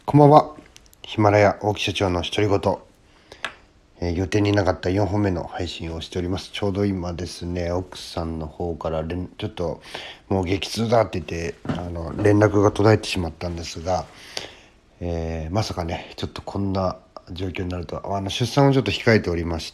こんばんは。ヒマラヤ大木社長の独り言、予定になかった4本目の配信をしております。ちょうど今ですね、奥さんの方からちょっともう激痛だって言って連絡が途絶えてしまったんですが、まさかねちょっとこんな状況になるとは。出産をちょっと控えておりまして、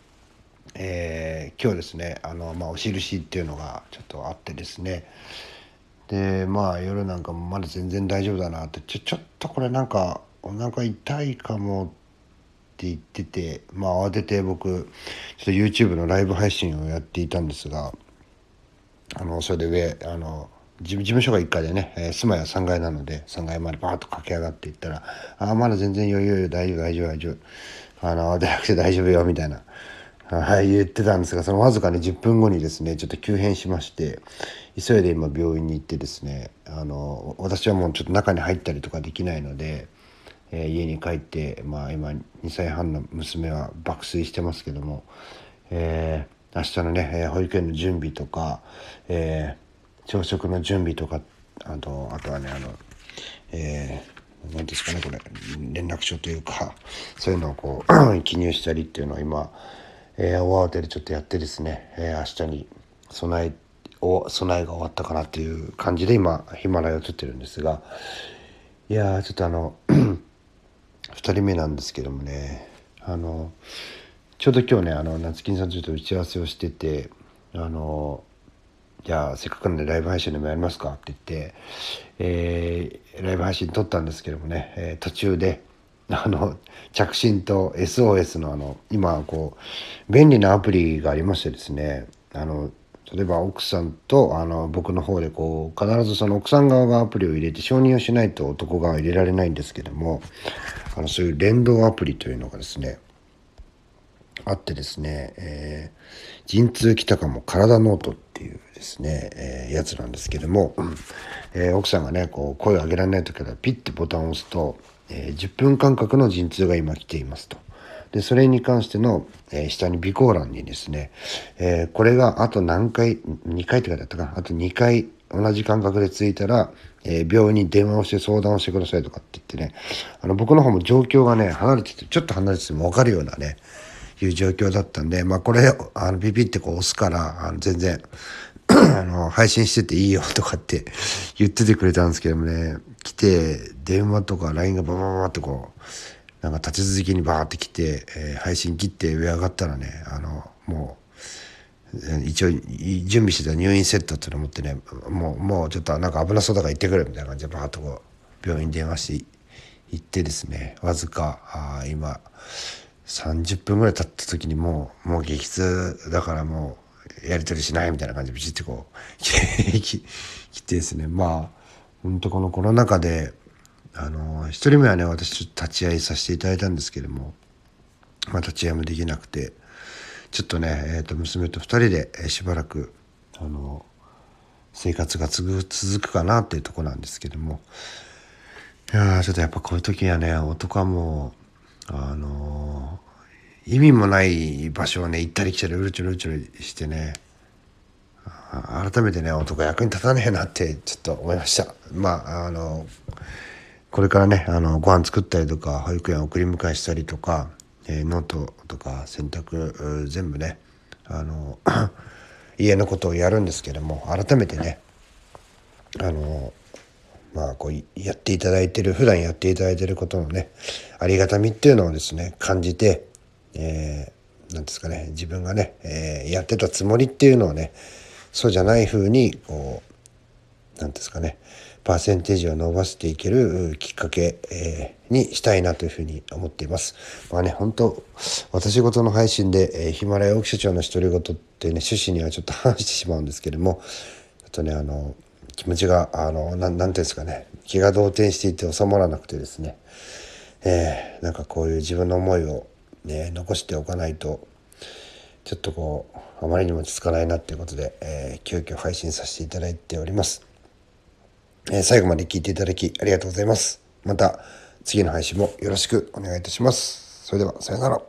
今日ですねお印っていうのがちょっとあってですね、で夜なんかもまだ全然大丈夫だなって、ちょっとこれなんかお腹痛いかもって言ってて、慌てて僕ちょっと YouTube のライブ配信をやっていたんですが、それで事務所が1階でね、住まいは3階なので3階までバーッと駆け上がっていったら、まだ全然余裕、大丈夫大丈夫大丈夫、慌てなくて大丈夫よみたいな、言ってたんですが、そのわずかに10分後にですねちょっと急変しまして、急いで今病院に行ってですね、私はもうちょっと中に入ったりとかできないので、家に帰って、今2歳半の娘は爆睡してますけども、明日のね、保育園の準備とか、朝食の準備とか、あとはね何ですかね、これ連絡書というか、そういうのをこう記入したりっていうのを今、大慌てでちょっとやってですね、明日に備えが終わったかなっていう感じで今ヒマラヤを撮ってるんですが、いやーちょっと2人目なんですけどもね、ちょうど今日ね夏金さんとちょっと打ち合わせをしてて、じゃあせっかくなんでライブ配信でもやりますかって言って、ライブ配信撮ったんですけどもね、途中で着信と SOS の今こう便利なアプリがありましてですね、例えば奥さんと僕の方でこう必ずその奥さん側がアプリを入れて承認をしないと男側は入れられないんですけども、そういう連動アプリというのがですねあってですね、陣痛きたかも体ノートっていうですね、やつなんですけども、奥さんがねこう声を上げられない時はピッてボタンを押すと、10分間隔の陣痛が今来ていますと。でそれに関しての、下に備考欄にですね、これがあと何回2回って書いてあったかな、あと2回同じ間隔でついたら、病院に電話をして相談をしてくださいとかって言ってね、僕の方も状況がね離れてて、ちょっと離れてても分かるようなねいう状況だったんで、これピピってこう押すから全然配信してていいよとかって言っててくれたんですけどもね、来て電話とか LINE がババババってこうなんか立ち続きにバーって来て、配信切って上上がったらねもう一応準備してた入院セットっていうのを持ってね、もうちょっとなんか危なそうだから行ってくるみたいな感じでバーッとこう病院に電話して行ってですね、わずか今30分ぐらい経った時にもう激痛だからもうやり取りしないみたいな感じでビチってこう来てですね、本当このコロナ禍で一人目はね私ちょっと立ち会いさせていただいたんですけども、立ち会いもできなくて、ちょっとね、娘と2人でしばらく生活が続くかなっていうところなんですけども、いやちょっとやっぱこういう時はね男はもう意味もない場所をね行ったり来たりうるちょるうるちょるしてね、改めてね男役に立たねえなってちょっと思いました。これからねご飯作ったりとか保育園送り迎えしたりとか、ノートとか洗濯全部ね家のことをやるんですけども、改めてねこうやっていただいてる普段やっていただいてることのねありがたみっていうのをですね感じて、なんですかね、自分がね、やってたつもりっていうのをねそうじゃない風にこうなんですかねパーセンテージを伸ばしていけるきっかけ、にしたいなというふうに思っています。本当私事の配信で、ヒマラヤ大木社長の独り言っていうね趣旨にはちょっと話してしまうんですけども、あとね気持ちがなんていうんですかね、気が動転していて収まらなくてですね、なんかこういう自分の思いをね残しておかないとちょっとこうあまりにも落ち着かないなっていうことで、急遽配信させていただいております。最後まで聞いていただきありがとうございます。また次の配信もよろしくお願いいたします。それではさよなら。